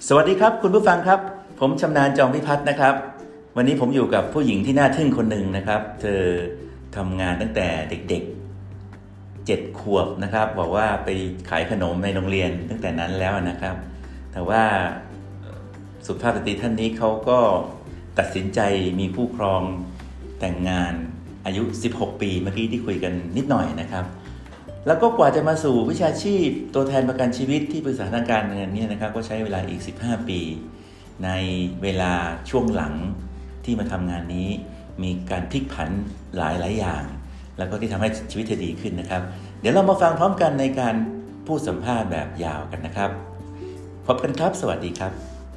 สวัสดีครับคุณผู้ฟังครับผมชำนาญจองพิพัฒน์นะครับวันนี้ผมอยู่กับผู้หญิงที่น่าทึ่งคนหนึ่งนะครับเธอทำงานตั้งแต่เด็กๆ7 ขวบนะครับบอกว่าไปขายขนมในโรงเรียนตั้งแต่นั้นแล้วนะครับแต่ว่าสุภาพสตรีท่านนี้เขาก็ตัดสินใจมีคู่ครองแต่งงานอายุ16 ปีเมื่อกี้ที่คุยกันนิดหน่อยนะครับแล้วก็กว่าจะมาสู่วิชาชีพตัวแทนประกันชีวิตที่ปรึกษาทางการเงินเนี่ยนะครับก็ใช้เวลาอีก15 ปีในเวลาช่วงหลังที่มาทำงานนี้มีการพลิกผันหลายอย่างแล้วก็ที่ทำให้ชีวิตเธอดีขึ้นนะครับเดี๋ยวเรามาฟังพร้อมกันในการพูดสัมภาษณ์แบบยาวกันนะครับพบกันครับสวัสดีครับ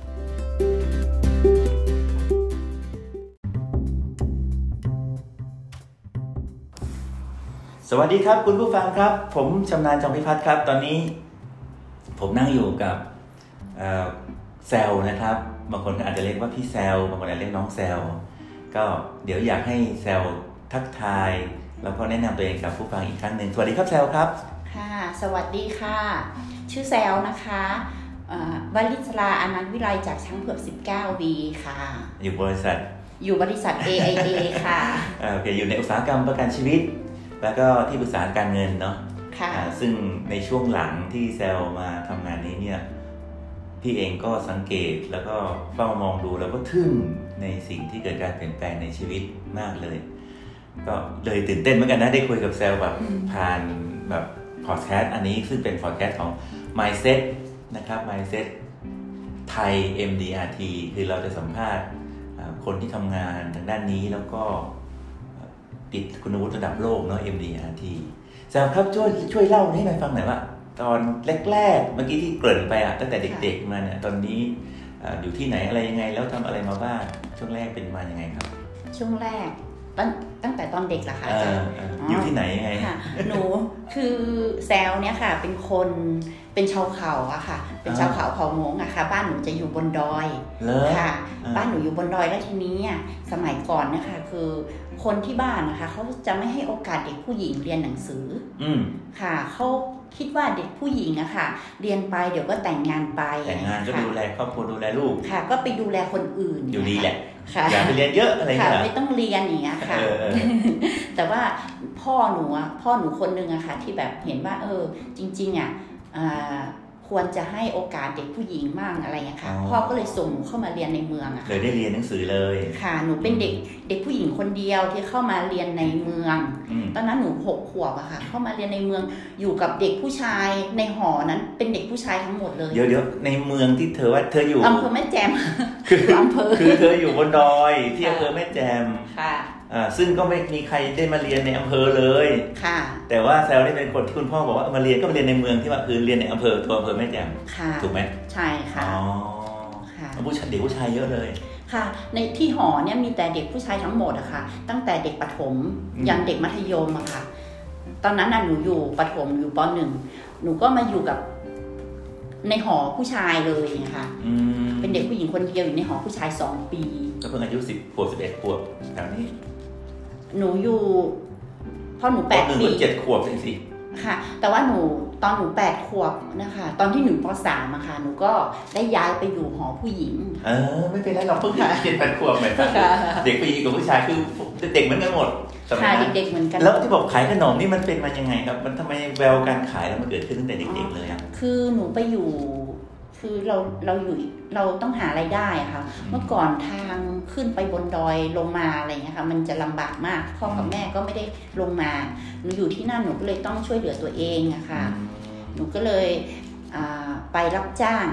สวัสดีครับคุณผู้ฟังครับผมชำนาญจองพิพัฒน์ครับตอนนี้ผมนั่งอยู่กับแซลนะครับบางคนอาจจะเรียกว่าพี่แซลบางคนอาจจะเรียกน้องแซลก็เดี๋ยวอยากให้แซลทักทายแล้วก็แนะนำตัวเองกับผู้ฟังอีกครั้งหนึ่งสวัสดีครับแซลครับค่ะสวัสดีค่ะชื่อแซลนะคะวลิศราอนันต์วิไลจากช้างเผือก19 วีค่ะอยู่บริษัท AIA ค่ะโอเคอยู่ในอุตสาหกรรมประกันชีวิตแล้วก็ที่ปรึกษาการเงินเนาะซึ่งในช่วงหลังที่แซลมาทำงานนี้เนี่ยพี่เองก็สังเกตแล้วก็เฝ้ามองดูแล้วก็ทึ่งในสิ่งที่เกิดการเปลี่ยนแปลงในชีวิตมากเลยก็เลยตื่นเต้นเหมือนกันนะได้คุยกับแซลแบบผ่านแบบพอดแคสต์อันนี้ซึ่งเป็นพอดแคสต์ของ Mindset นะครับ Mindset ไทย MDRT คือเราจะสัมภาษณ์คนที่ทำงานทางด้านนี้แล้วก็ติดคุณวุฒิระดับโลกเนาะ MDRT แซลครับช่วยเล่าให้หน่อยฟังหน่อยว่าตอนแรกๆเมื่อกี้ที่เกริ่นไปตั้งแต่เด็กๆมาเนี่ยตอนนี้อยู่ที่ไหนอะไรยังไงแล้วทำอะไรมาบ้างช่วงแรกเป็นมายังไงครับช่วงแรกตั้งแต่ตอนเด็กเหรอคะอยู่ที่ไหนยังไงหนูคือแซลเนี่ยค่ะเป็นชาวเขาอะค่ะเป็นชาวเขาเผ่ามงอะค่ะบ้านหนูจะอยู่บนดอยค่ะบ้านหนูอยู่บนดอยแล้วทีนี้สมัยก่อนนะคะคือคนที่บ้านนะคะเขาจะไม่ให้โอกาสเด็กผู้หญิงเรียนหนังสือค่ะเขาคิดว่าเด็กผู้หญิงอะค่ะเรียนไปเดี๋ยวก็แต่งงานก็ดูแลครอบครัวดูแลลูกค่ะก็ไปดูแลคนอื่นอยู่ดีแหละอย่าไปเรียนเยอะอะไรค่ะไม่ต้องเรียนอย่างเงี้ยค่ะแต่ว่าพ่อหนูคนนึงอะค่ะที่แบบเห็นว่าจริงๆควรจะให้โอกาสเด็กผู้หญิงมากอะไรอย่างเงี้ยค่ะพ่อก็เลยส่งหนูเข้ามาเรียนในเมืองอะเลยได้เรียนหนังสือเลยค่ะหนูเป็นเด็กผู้หญิงคนเดียวที่เข้ามาเรียนในเมืองตอนนั้นหนู6 ขวบอะค่ะเข้ามาเรียนในเมืองอยู่กับเด็กผู้ชายในหอนั้นเป็นเด็กผู้ชายทั้งหมดเลยเดี๋ยวในเมืองที่เธอว่าเธออยู่อำเภอแม่แจ่มคือเธออยู่บนดอยที่อำเภอแม่แจ่มค่ะซึ่งก็ไม่มีใครได้มาเรียนในอำเภอเลยค่ะแต่ว่าแซลนี่เป็นคนที่คุณพ่อบอกว่ามาเรียนก็มาเรียนในเมืองที่ว่าคือเรียนในอำเภอตัวอำเภอแม่แจ่มถูกไหมใช่ค่ะอ๋อค่ะเด็กผู้ชายเยอะเลยค่ะในที่หอเนี่ยมีแต่เด็กผู้ชายทั้งหมดอะค่ะตั้งแต่เด็กประถมยันเด็กมัธยมอะค่ะตอนนั้นหนูอยู่ประถมอยู่ป.1 หนูก็มาอยู่กับในหอผู้ชายเลยนะคะเป็นเด็กผู้หญิงคนเดียวอยู่ในหอผู้ชาย2 ปีก็เพิ่งอายุ10 ขวบ11 ขวบแถวนี้หนูอยู่พอหนู8 ปี 7 ขวบสิค่ะแต่ว่าตอนหนู8 ขวบนะคะตอนที่1 ป.3 อะค่ะหนูก็ได้ย้ายไปอยู่หอผู้หญิงไม่เป็นไรหรอกเพิ่ง7-8 ขวบเหมือนกันเด็กผู้หญิงกับผู้ชายคือเด็กเหมือนกันหมดค่ะเด็กๆเหมือนกันแล้วที่บอกขายขนมนี่มันเป็นมายังไงครับมันทำไมแววการขายแล้วมันเกิดขึ้นตั้งแต่เด็กๆเลยคือหนูไปอยู่คือเราอยู่เราต้องหารายได้ค่ะเมื่อก่อนทางขึ้นไปบนดอยลงมาอะไรเงี้ยค่ะมันจะลำบากมากพ่อกับแม่ก็ไม่ได้ลงมาหนูอยู่ที่นั่นหนูก็เลยต้องช่วยเหลือตัวเองอะค่ะหนูก็เลยไปรับจ้าง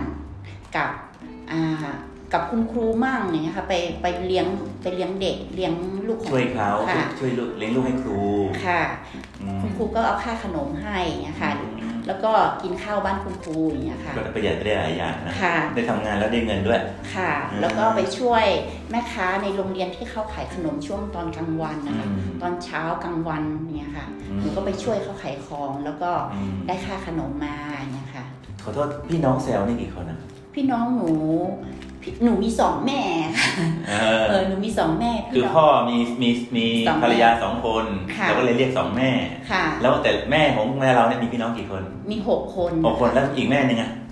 กับคุณครูมั่งอย่างเงี้ยค่ะไปเลี้ยงเด็กเลี้ยงลูกของช่วยเขาช่วยเลี้ยงลูกให้ครูค่ะคุณครูก็เอาค่าขนมให้อย่างเงี้ยค่ะแล้วก็กินข้าวบ้านคุณครูอย่างเงี้ยค่ะก็ประหยัดได้หลายอย่างนะได้ทำงานแล้วได้เงินด้วยค่ะแล้วก็ไปช่วยแม่ค้าในโรงเรียนที่เขาขายขนมช่วงตอนกลางวันนะคะตอนเช้ากลางวันเนี่ยค่ะหนูก็ไปช่วยเขาขายของแล้วก็ได้ค่าขนมมาเนี่ยค่ะขอโทษพี่น้องแซลนี่กี่คนนะพี่น้องหนูมี2 แม่หนูมี2 แม่คือพ่อมีภรรยา2 คนเราก็เลยเรียก2 แม่แล้วแต่แม่ของแม่เราเนี่ยมีพี่น้องกี่คนมี6 คน 6 คนแล้วอีกแม่นึง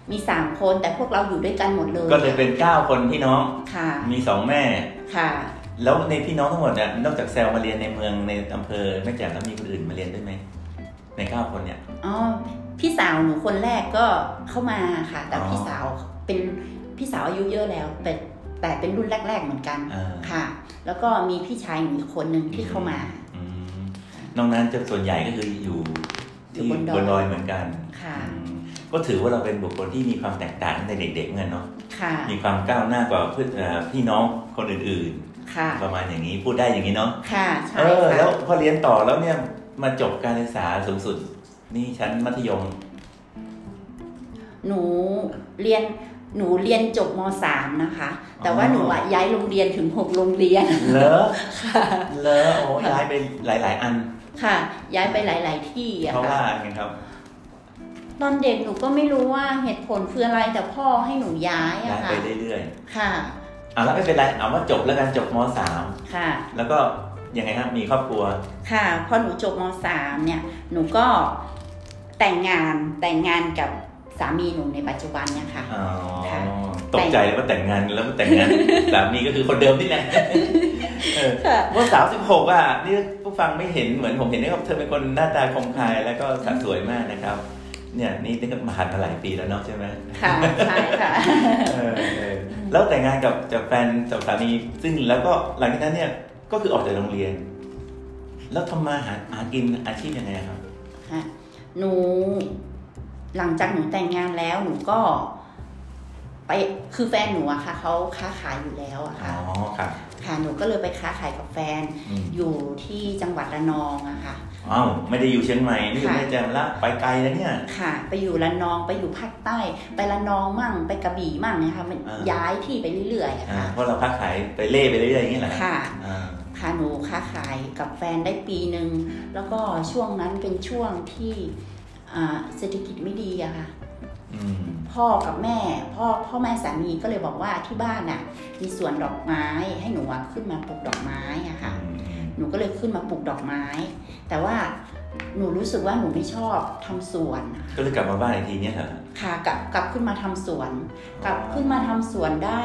มี3 คนแต่พวกเราอยู่ด้วยกันหมดเลยก็เลยเป็น9 คนพี่น้องค่ะมี2 แม่ค่ะแล้วในพี่น้องทั้งหมดเนี่ยนอกจากแซลมาเรียนในเมืองในอำเภอแม่แจ่มแล้วมีคนอื่นมาเรียนด้วยไหมใน9 คนเนี่ยอ๋อพี่สาวหนูคนแรกก็เข้ามาค่ะแต่พี่สาวเป็นพี่สาวอายุเยอะแล้วแต่เป็นรุ่นแรกๆเหมือนกันค่ะแล้วก็มีพี่ชายหนูอีกคนนึงที่เข้ามานอกนั้นจะส่วนใหญ่ก็คืออยู่ที่บนดอยเหมือนกันค่ะก็ถือว่าเราเป็นบุคคลที่มีความแตกต่างในเด็กๆเหมือนกันเนาะมีความก้าวหน้ากว่าพี่น้องคนอื่นๆประมาณอย่างนี้พูดได้อย่างนี้เนาะค่ะใช่แล้วพอเรียนต่อแล้วเนี่ยมาจบการศึกษาสูงสุดนี่ชั้นมัธยมหนูเรียนจบม.3 นะคะแต่ว่าหนูย้ายโรงเรียนถึง6 โรงเรียนเหรอค่ะเหรอโอ้ย้ายไปหลายๆอันค่ะย้ายไปหลายๆที่เพราะว่าไงครับตอนเด็กหนูก็ไม่รู้ว่าเหตุผลคืออะไรแต่พ่อให้หนูย้ายอะค่ะไปเรื่อยๆค่ะแล้วไม่เป็นไรเอาว่าจบแล้วกันจบม .3 ค่ะแล้วก็ยังไงครับมีครอบครัวค่ะพอหนูจบม.3 เนี่ยหนูก็แต่งงานกับสามีหนูในปัจจุบันเนี่ยค่ะตกใจเลยว่าแต่งงานแล้วแต่งงานสามีก็คือคนเดิมนี่แหละว่า36อ่ะนี่ผู้ฟังไม่เห็นเหมือนผมเห็นนะครับเธอเป็นคนหน้าตาคมคายแล้วก็สวยมากนะครับเนี่ยนี่ตั้งแต่มาหัดมาหลายปีแล้วเนาะใช่ไหมค่ะใช่ค่ะแล้วแต่งงานกับแฟนกับสามีซึ่งแล้วก็หลังจากนั้นเนี่ยก็คือออกจากโรงเรียนแล้วทำมาหากินอาชีพยังไงครับหนูหลังจากหนูแต่งงานแล้วหนูก็ไปคือแฟนหนูอะค่ะเขาค้าขายอยู่แล้วอะค่ะค่ะหนูก็เลยไปค้าขายกับแฟนอยู่ที่จังหวัดระนองอะค่ะไม่ได้อยู่เชียงใหม่นี่อยู่แม่แจ่มละไปไกลแล้วเนี่ยค่ะไปอยู่ระนองไปอยู่ภาคใต้ไประนองมั่งไปกระบี่มั่งนะคะมันย้ายที่ไปเรื่อยๆค่ะเพราะเราค้าขายไปเล่ไปเรื่อยๆอย่างนี้แหละค่ะค่ะหนูค้าขายกับแฟนได้ปีนึงแล้วก็ช่วงนั้นเป็นช่วงที่เศรษฐกิจไม่ดีอะค่ะพ่อกับแม่พ่อแม่สามีก็เลยบอกว่าที่บ้านน่ะมีสวนดอกไม้ให้หนูขึ้นมาปลูกดอกไม้อะค่ะหนูก็เลยขึ้นมาปลูกดอกไม้แต่ว่าหนูรู้สึกว่าหนูไม่ชอบทำสวนก็เลยกลับมาบ้านอีกทีเนี่ยเหรอค่ะกลับขึ้นมาทำสวนกลับขึ้นมาทำสวนได้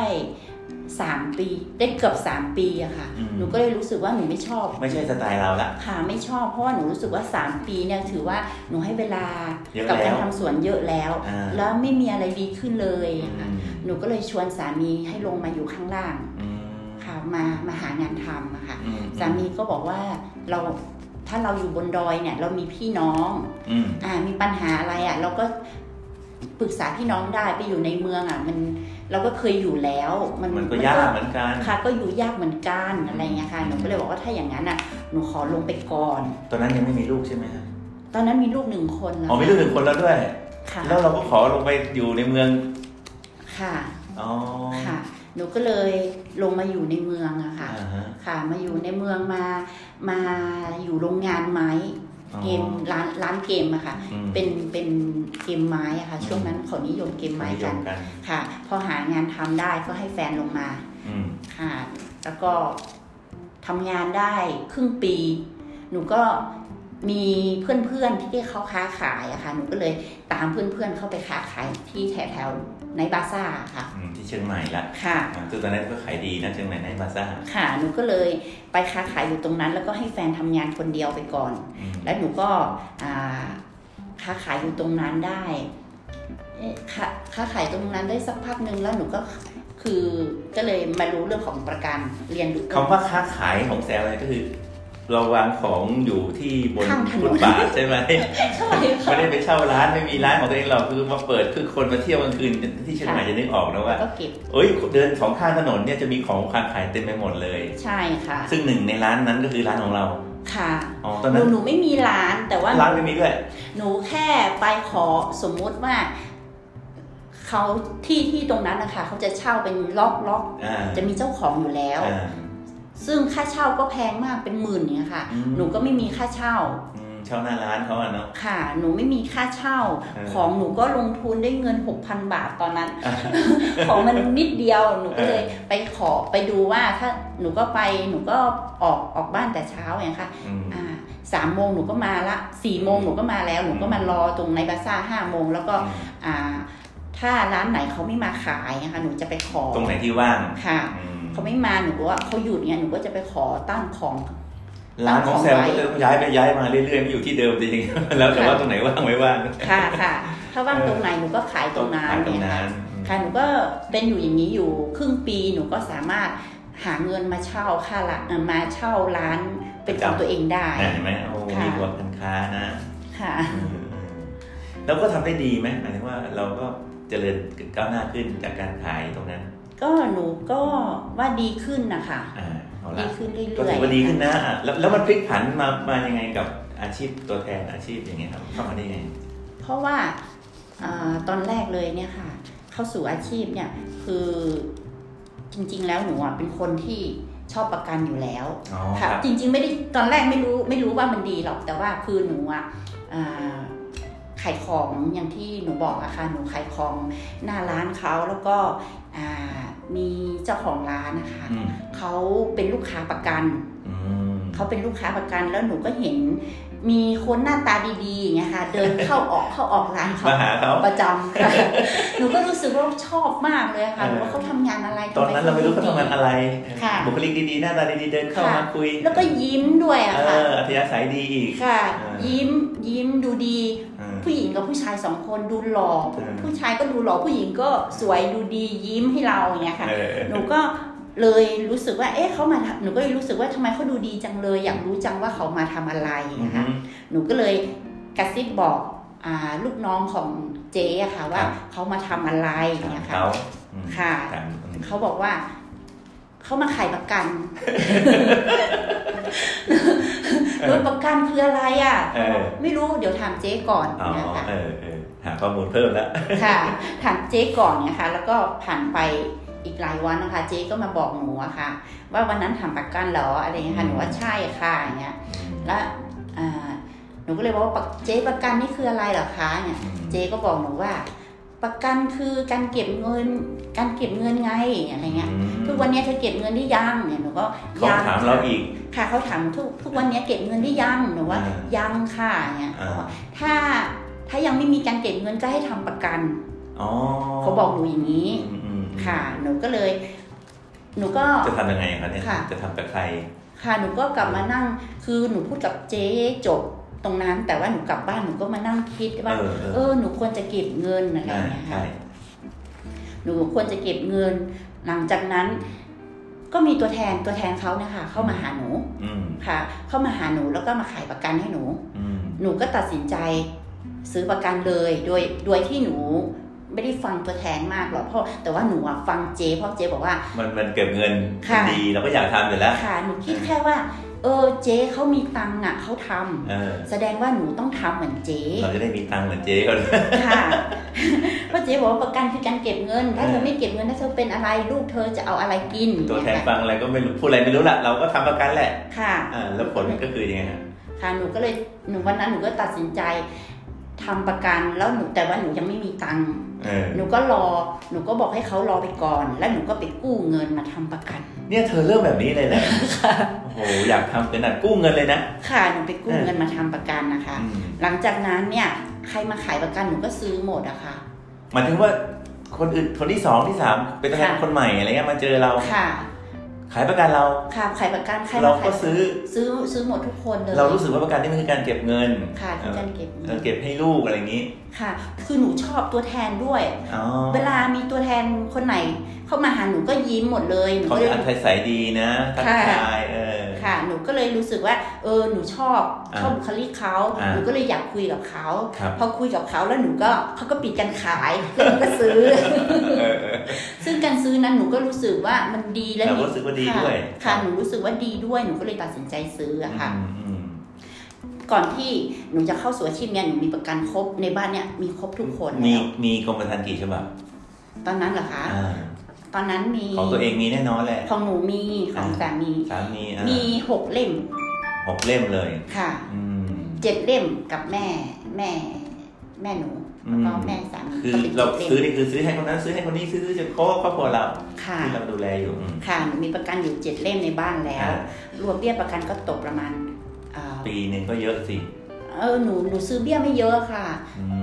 3 ปีได้เกือบ3 ปีอะค่ะหนูก็เลยรู้สึกว่าหนูไม่ชอบไม่ใช่สไตล์เราละค่ะไม่ชอบเพราะว่าหนูรู้สึกว่า3 ปีเนี่ยถือว่าหนูให้เวลากับการทำสวนเยอะแล้วแล้วไม่มีอะไรดีขึ้นเลยค่ะหนูก็เลยชวนสามีให้ลงมาอยู่ข้างล่างค่ะมาหางานทำอะค่ะสามีก็บอกว่าถ้าเราอยู่บนดอยเนี่ยเรามีพี่น้องมีปัญหาอะไรอะเราก็ปรึกษาพี่น้องได้ไปอยู่ในเมืองอะเราก็เคยอยู่แล้วมันก็ยากเหมือนกันค่ะก็อยู่ยากเหมือนกันอะไรเงี้ยค่ะหนูก็เลยบอกว่าถ้าอย่างนั้นอ่ะหนูขอลงไปก่อนตอนนั้นยังไม่มีลูกใช่ไหมครับตอนนั้นมีลูก1 คนแล้วมีลูก1 คนแล้วด้วยแล้วเราก็ขอลงไปอยู่ในเมืองค่ะค่ะหนูก็เลยลงมาอยู่ในเมืองอะค่ะค่ะมาอยู่ในเมืองมาอยู่โรงงานไม้เกมร้านเกมอะค่ะเป็นเกมไม้อะค่ะช่วงนั้นเขานิยมเกมไม้กันค่ะพอหางานทำได้ก็ให้แฟนลงมาค่ะแล้วก็ทำงานได้ครึ่งปีหนูก็มีเพื่อนๆที่เขาค้าขายอะค่ะหนูก็เลยตามเพื่อนๆเข้าไปค้าขายที่แถวในบาซ่าค่ะที่เชียงใหม่ละค่ะคือตอนนั้นก็ขายดีนะเชียงใหม่ในบาซ่าค่ะหนูก็เลยไปค้าขายอยู่ตรงนั้นแล้วก็ให้แฟนทำงานคนเดียวไปก่อนแล้วหนูก็ค้าขายอยู่ตรงนั้นได้ค้าขายตรงนั้นได้สักพักนึงแล้วหนูก็คือก็เลยมารู้เรื่องของประกันเรียนคำว่าค้าขายของแซลเลยก็คือเราวางของอยู่ที่บนฟุตบาทใช่ไหมใช่ค่ะไม่ได้ไปเช่าร้านไม่มีร้านของตัวเองหรอกคือมาเปิดคือคนมาเที่ยวกลางคืนที่เชียงใหม่จะนึกออกนะว่าเดิน2 ข้างถนนเนี่ยจะมีของค้าขายเต็มไปหมดเลยใช่ค่ะซึ่งหนึ่งในร้านนั้นก็คือร้านของเราค่ะตอนนั้นหนูไม่มีร้านแต่ว่าร้านไม่มีด้วยหนูแค่ไปขอสมมุติว่าเขาที่ตรงนั้นนะคะเขาจะเช่าเป็นล็อกจะมีเจ้าของอยู่แล้วซึ่งค่าเช่าก็แพงมากเป็นหมื่นเนี่ยค่ะหนูก็ไม่มีค่าเช่าหน้าร้านเขาเนาะค่ะหนูไม่มีค่าเช่าของหนูก็ลงทุนได้เงิน 6,000 บาทตอนนั้นของมันนิดเดียวหนูก็เลยไปดูว่าถ้าหนูก็ออกบ้านแต่เช้าอย่างค่ะ3 โมงหนูก็มาละ4 โมงหนูก็มาแล้วหนูก็มารอตรงในบาซ่า5 โมงแล้วก็ถ้าร้านไหนเขาไม่มาขายนะคะหนูจะไปขอตรงไหนที่ว่างค่ะเขาไม่มาหนูว่าเขาหยุดเนี่ยหนูก็จะไปขอตั้งของร้านของแซลก็จะย้ายมาเรื่อยๆไม่อยู่ที่เดิมจริงๆแล้วแต่ว่าตรงไหนว่างไม่ว่างค่ะถ้าว่างตรงไหนหนูก็ขายตรงนั้นเนี่ยค่ะหนูก็เป็นอยู่อย่างนี้อยู่ครึ่งปีหนูก็สามารถหาเงินมาเช่าค่าละมาเช่าร้านเป็นของตัวเองได้เห็นไหมโอ้มีบวกกันค้านะค่ะแล้วก็ทำได้ดีไหมหมายถึงว่าเราก็เจริญก้าวหน้าขึ้นจากการขายตรงนั้นก็หนูก็ว่าดีขึ้นนะคะดีขึ้นเรื่อยๆก็ถือว่าดีขึ้นนะแล้วมันพลิกผันมายังไงกับอาชีพตัวแทนอาชีพอย่างเงี้ยครับเข้ามาได้ยังไงเพราะว่าตอนแรกเลยเนี่ยค่ะเข้าสู่อาชีพเนี่ยคือจริงๆแล้วหนูเป็นคนที่ชอบประกันอยู่แล้วค่ะจริงๆไม่ได้ตอนแรกไม่รู้ว่ามันดีหรอกแต่ว่าคือหนูขายของอย่างที่หนูบอกอะค่ะหนูขายของหน้าร้านเขาแล้วก็มีเจ้าของร้านนะคะเขาเป็นลูกค้าประกันเขาเป็นลูกค้าประกันแล้วหนูก็เห็นมีคนหน้าตาดีๆอย่างเงี้ยค่ะเดินเข้าออกร้านเขาประจำค่ะหนูก็รู้สึกว่าชอบมากเลยค่ะว่าเขาทำงานอะไรตอนนั้นเราไม่รู้เขาทำงานอะไรบุคลิกดีๆหน้าตาดีๆเดินเข้ามาคุยแล้วก็ยิ้มด้วยอะค่ะอัธยาศัยดีอีกค่ะยิ้มดูดีผู้หญิงกับผู้ชาย2คนดูหล่อผู้ชายก็ดูหล่อผู้หญิงก็สวยดูดียิ้มให้เราอย่างเงี้ยค่ะหนูก็เลยรู้สึกว่าเขามาหนูก็เลยรู้สึกว่าทำไมเขาดูดีจังเลยอยากรู้จังว่าเขามาทำอะไรนะคะหนูก็เลยกระซิบบอกลูกน้องของเจ๊อะค่ะว่าเขามาทำอะไรเนี่ยค่ะค่ะเขาบอกว่าเขามาขายประกันรถประกันคืออะไรอ่ะไม่รู้เดี๋ยวถามเจ๊ก่อนนะคะหาข้อมูลเพิ่มแล้วค่ะถามเจ๊ก่อนเนี่ยค่ะแล้วก็ผ่านไปอีกหลายวันนะคะเจ๊ก็มาบอกหนูอะค่ะว่าวันนั้นทำประกันเหรออะไรเงี้ยค่ะหนูว่าใช่ค่ะอย่างเงี้ยแล้วหนูก็เลยบอกว่าเจ๊ประกันนี่คืออะไรเหรอคะเนี่ยเจ๊ก็บอกหนูว่าประกันคือการเก็บเงินไงอะไรเงี้ยทุกวันนี้เธอเก็บเงินได้ยังเนี่ยหนูก็ยังถามเราอีกค่ะเขาถามทุกวันนี้เก็บเงินได้ยังหนูว่ายังค่ะเนี่ยถ้ายังไม่มีการเก็บเงินก็ให้ทำประกันเขาบอกหนูอย่างนี้ค่ะหนูก็จะทำยังไงคะเนี่ยจะทำกับใครค่ะหนูก็กลับมานั่งคือหนูพูดกับเจ๊จบตรงนั้นแต่ว่าหนูกลับบ้านหนูก็มานั่งคิดว่าหนูควรจะเก็บเงินอะไรอย่างเงี้ยค่ะหนูควรจะเก็บเงินหลังจากนั้นก็มีตัวแทนเขาเนี่ยค่ะเข้ามาหาหนูค่ะเข้ามาหาหนูแล้วก็มาขายประกันให้หนูก็ตัดสินใจซื้อประกันเลยโดยที่หนูไม่ได้ฟังตัวแทนมากหรอกเพราะแต่ว่าหนูฟังเจ๊เพราะเจ๊บอกว่ามันเก็บเงินดีเราก็อยากทำอยู่แล้วค่ะหนูคิดแค่ว่าเจ๊เขามีตังค์เขาทำแสดงว่าหนูต้องทำเหมือนเจ๊เราจะได้มีตังค์เหมือนเจ๊ก่อนค่ะเพราะเจ๊บอกว่าประกันคือการเก็บเงินถ้าเธอไม่เก็บเงินถ้าเธอเป็นอะไรลูกเธอจะเอาอะไรกินตัวแทนฟังอะไรก็ไม่รู้พูดอะไรไม่รู้ละเราก็ทำประกันแหละค่ะแล้วผลก็คือยังไงค่ะหนูก็เลยวันนั้นหนูก็ตัดสินใจทำประกันแล้วแต่ว่าหนูยังไม่มีตังค์หนูก็บอกให้เขารอไปก่อนแล้วหนูก็ไปกู้เงินมาทำประกันเนี่ยเธอเริ่มแบบนี้เลยนะโอ้โหอยากทำเป็นหนักกู้เงินเลยนะค่ะหนูไปกู้เงินมาทำประกันนะคะหลังจากนั้นเนี่ยใครมาขายประกันหนูก็ซื้อหมดอะค่ะหมายถึงว่าคนอื่นคนที่2ที่3เป็นตัวแทนคนใหม่อะไรเงี้ยมาเจอเราค่ะขายประกันเราค่ะขายประกันเราก็ซื้อหมดทุกคนเลยเรารู้สึกว่าประกันนี่มันคือการเก็บเงินค่ะคือการเก็บให้ลูกอะไรอย่างนี้ค่ะคือหนูชอบตัวแทนด้วยเวลามีตัวแทนคนไหนเข้ามาหาหนูก็ยิ้มหมดเลยเขาจะอัธยาศัยดีนะทักทายค่ะหนูก็เลยรู้สึกว่าหนูชอบบุคลิกเขาหนูก็เลยอยากคุยกับเขาพอคุยกับเขาแล้วเขาก็ปิดการขายแล้วหนูก็ซื้อซึ่งการซื้อนั้นหนูก็รู้สึกว่ามันดีและหนูรู้สึกว่าดีด้วยค่ะหนูรู้สึกว่าดีด้วยหนูก็เลยตัดสินใจซื้อค่ะก่อนที่หนูจะเข้าสู่อาชีพเนี่ยหนูมีประกันครบในบ้านเนี่ยมีครบทุกคนมีกรมธรรม์กี่ฉบับตอนนั้นเหรอคะตอนนั้นมีของตัวเองมีแน่นอนแหละของหนูมีของสามี6 เล่ม 6 เล่มเลยค่ะ7 เล่มกับแม่หนูแล้วก็แม่สามีคือเราซื้อนี่คือซื้อให้คนนั้นซื้อให้คนนี้ซื้อจะครอบครัวเราที่เราดูแลอยู่ค่ะหนูมีประกันอยู่7 เล่มในบ้านแล้วรวมเบี้ยประกันก็ตกประมาณปีนึงก็เยอะสิหนูซื้อเบี้ยไม่เยอะค่ะอ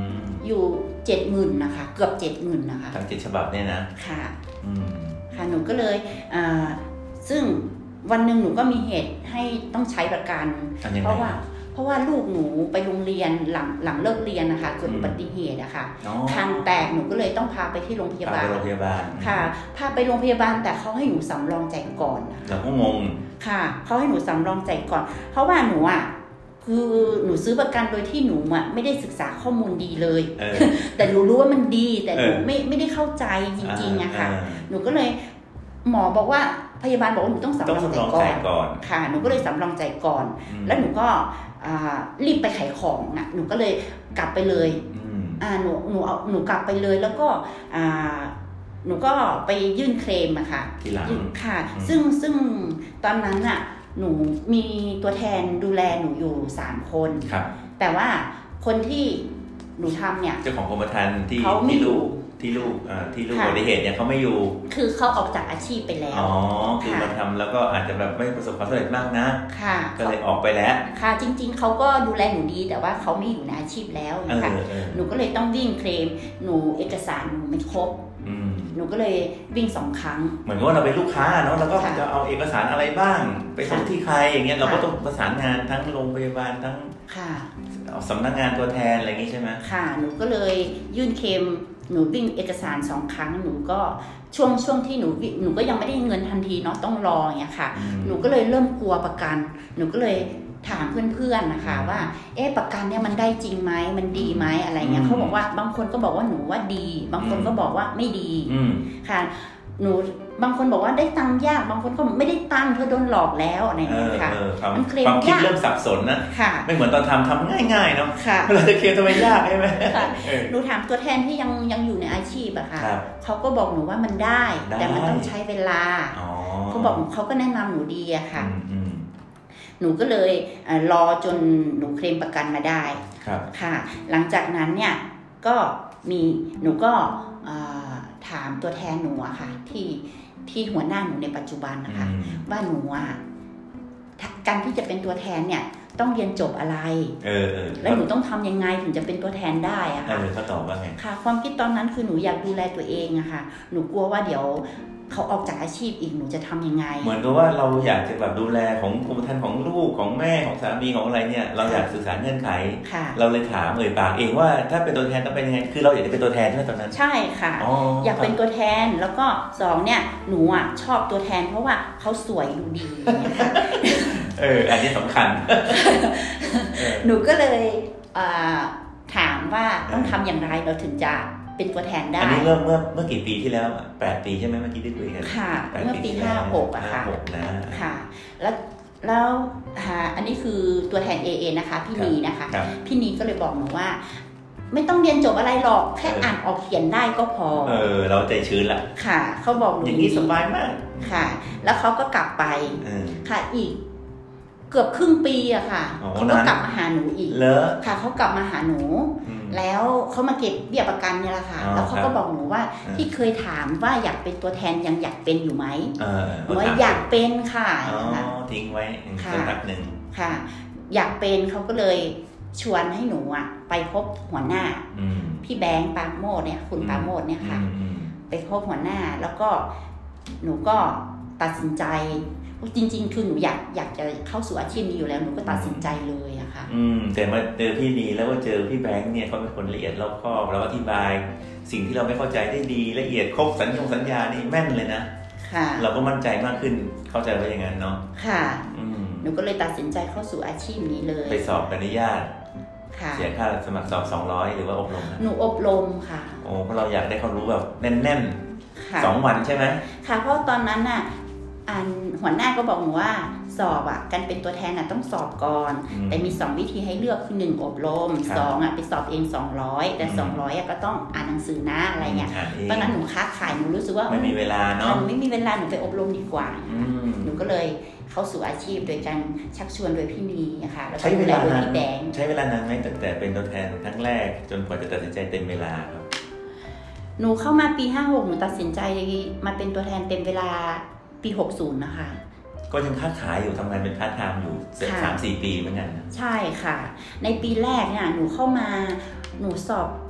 อยู่70,000นะคะเกือบ70,000นะคะทั้ง7 ฉบับเนี่ยนะค่ะค่ะหนูก็เลยซึ่งวันหนึ่งหนูก็มีเหตุให้ต้องใช้ประกันเพราะว่าลูกหนูไปโรงเรียนหลังเลิกเรียนนะคะเกิดอุบัติเหตุอะค่ะคางแตกหนูก็เลยต้องพาไปที่โรงพยาบาลค่ะพาไปโรงพยาบาลแต่เขาให้หนูสำรองใจก่อนเราก็งงค่ะเขาให้หนูสำรองใจก่อนเพราะว่าหนูอะคือหนูซื้อประกันโดยที่หนูอะไม่ได้ศึกษาข้อมูลดีเลยแต่หนูรู้ว่ามันดีแต่หนูไม่ได้เข้าใจจริงๆอะค่ะหนูก็เลยหมอบอกว่าพยาบาลบอกว่าหนูต้องสำรองใจก่อนค่ะหนูก็เลยสำรองใจก่อนแล้วหนูก็รีบไปขายของนะหนูก็เลยกลับไปเลยหนูกลับไปเลยแล้วก็หนูก็ไปยื่นเคลมอะค่ะค่ะซึ่งตอนนั้นอะหนูมีตัวแทนดูแลหนูอยู่3 คนแต่ว่าคนที่หนูทำเนี่ยเจ้าของกรมธรรม์ที่ลูกอุบัติเหตุเนี่ยเขาไม่อยู่คือเขาออกจากอาชีพไปแล้วคือมาทำแล้วก็อาจจะแบบไม่ประสบความสำเร็จมากนะก็เลยออกไปแล้วค่ะจริงๆเขาก็ดูแลหนูดีแต่ว่าเขาไม่อยู่ในอาชีพแล้วนะคะหนูก็เลยต้องวิ่งเคลมหนูเอกสารหนูไม่ครบหนูก็เลยวิ่ง2 ครั้งเหมือนว่าเราเป็นลูกค้าเนาะเราก็จะเอาเอกสารอะไรบ้างไปส่งที่ใครอย่างเงี้ยเราก็ต้องประสานงานทั้งโรงพยาบาลทั้งสำนักงานตัวแทนอะไรอย่างงี้ใช่ไหมค่ะหนูก็เลยยื่นเคลมหนูวิ่งเอกสาร2 ครั้งหนูก็ช่วงที่หนูก็ยังไม่ได้เงินทันทีเนาะต้องรออย่างเงี้ยค่ะหนูก็เลยเริ่มกลัวประกันหนูก็เลยถามเพื่อนๆนะคะว่าประกันเนี่ยมันได้จริงไหมมันดีไหมอะไรเงี้ยเขาบอกว่าบางคนก็บอกว่าหนูว่าดีบางคนก็บอกว่าไม่ดีค่ะหนูบางคนบอกว่าได้ตังค์ยากบางคนก็ไม่ได้ตังค์เธอโดนหลอกแล้วอะไรเงี้ยค่ะมันเคลมยากความคิดเริ่มสับสนนะไม่เหมือนตอนทำง่ายๆเนาะเราจะเคลมทำไมยากใช่ไหมหนูถามตัวแทนที่ยังอยู่ในอาชีพอะค่ะเขาก็บอกหนูว่ามันได้แต่มันต้องใช้เวลาเขาบอกเขาก็แนะนำหนูดีอะค่ะหนูก็เลยรอจนหนูเคลมประกันมาได้ค่ะหลังจากนั้นเนี่ยก็หนูก็ถามตัวแทนหนูอะค่ะที่หัวหน้าหนูในปัจจุบันนะคะว่าหนูอะการที่จะเป็นตัวแทนเนี่ยต้องเรียนจบอะไรแล้วหนูต้องทำยังไงถึงจะเป็นตัวแทนได้อะค่ะเขาตอบว่าไงค่ะความคิดตอนนั้นคือหนูอยากดูแลตัวเองอะค่ะหนูกลัวว่าเดี๋ยวเขาออกจากอาชีพอีกหนูจะทำยังไงเหมือนกับว่าเราอยากจะแบบดูแลของกรมธรรม์ของลูกของแม่ของสามีของอะไรเนี่ยเราอยากสื่อสารเงื่อนไขเราเลยถามปากเองว่าถ้าเป็นตัวแทนต้องเป็นยังไงคือเราอยากจะเป็นตัวแทนใช่ไหมตอนนั้นใช่ค่ะอยากเป็นตัวแทนแล้วก็2เนี่ยหนูอ่ะชอบตัวแทนเพราะว่าเขาสวยดูดีอันนี้สำคัญหนูก็เลยถามว่าต้องทำอย่างไรเราถึงจะเป็นตัวแทนได้อันนี้เมื่อกี่ปีที่แล้ว8 ปีใช่ไหมเมื่อกี้ได้คุยกันค่ะเมื่อปี56อะค่ะค่ะแล้วอันนี้คือตัวแทน AA นะคะพี่นีนะคะพี่นีก็เลยบอกหนูว่าไม่ต้องเรียนจบอะไรหรอกแค่อ่านออกเขียนได้ก็พอเราใจชื้นละค่ะเขาบอกหนูอย่างนี้สบายมากค่ะแล้วเขาก็กลับไปค่ะอีกเกือบครึ่งปีอะค่ะเขาก็กลับมาหาหนูอีกค่ะเขากลับมาหาหนูแล้วเขามาเก็บเบี้ยประกันเนี่ยแหละค่ะแล้วเขาก็บอกหนูว่าที่เคยถามว่าอยากเป็นตัวแทนยังอยากเป็นอยู่ไหมว่าอยากเป็นค่ะทิ้งไว้สักพักหนึ่งค่ะอยากเป็นเขาก็เลยชวนให้หนูอะไปพบหัวหน้าพี่แบงค์ปาโมดเนี่ยคุณปาโมดเนี่ยค่ะไปพบหัวหน้าแล้วก็หนูก็ตัดสินใจจริงๆคือหนูอยากจะเข้าสู่อาชีพนี้อยู่แล้วหนูก็ตัดสินใจเลยอะค่ะแต่มาเจอพี่นีแล้วก็เจอพี่แบงค์เนี่ยเขาเป็นคนละเอียดรอบคอบแล้วอธิบายสิ่งที่เราไม่เข้าใจได้ดีละเอียดครบสัญญานี่แม่นเลยนะค่ะเราก็มั่นใจมากขึ้นเข้าใจว่าอย่างนั้นเนาะค่ะหนูก็เลยตัดสินใจเข้าสู่อาชีพนี้เลยไปสอบอนุญาตเสียค่าสมัครสอบ200หรือว่าอบรมหนูอบรมค่ะเพราะเราอยากได้ความรู้แบบแน่นๆ2 วันใช่ไหมค่ะเพราะตอนนั้นน่ะหัวหน้าก็บอกหนูว่าสอบการเป็นตัวแทนต้องสอบก่อนแต่มี2วิธีให้เลือกคือ1อบรม2ไปสอบเอง200แต่200ก็ต้องอ่านหนังสือนะอะไรเงี้ยตอนนั้นหนูค้าขายหนูรู้สึกว่าไม่มีเวลาเนาะไม่มีเวลาหนูไปอบรมดีกว่าหนูก็เลยเข้าสู่อาชีพโดยการชักชวนโดยพี่นีค่ะแล้วก็ดูแลโดยพี่แบงค์ใช้เวลานานไหมตั้งแต่เป็นตัวแทนครั้งแรกจนกว่าจะตัดสินใจเต็มเวลาครับหนูเข้ามาปี56หนูตัดสินใจมาเป็นตัวแทนเต็มเวลาปี60นะคะก็ยังค้าขายอยู่ทำงานเป็นพาร์ทไทม์อยู่3-4 ปีเหมือนกันใช่ค่ะในปีแรกเนี่ยหนูเข้ามาหนูสอบ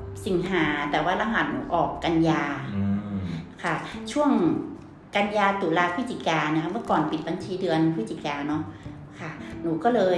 สิงหาแต่ว่ารหัสหนูออกกันยาค่ะช่วงกันยาตุลาพฤศจิกานะคะเมื่อก่อนปิดบัญชีเดือนพฤศจิกาเนาะค่ะหนูก็เลย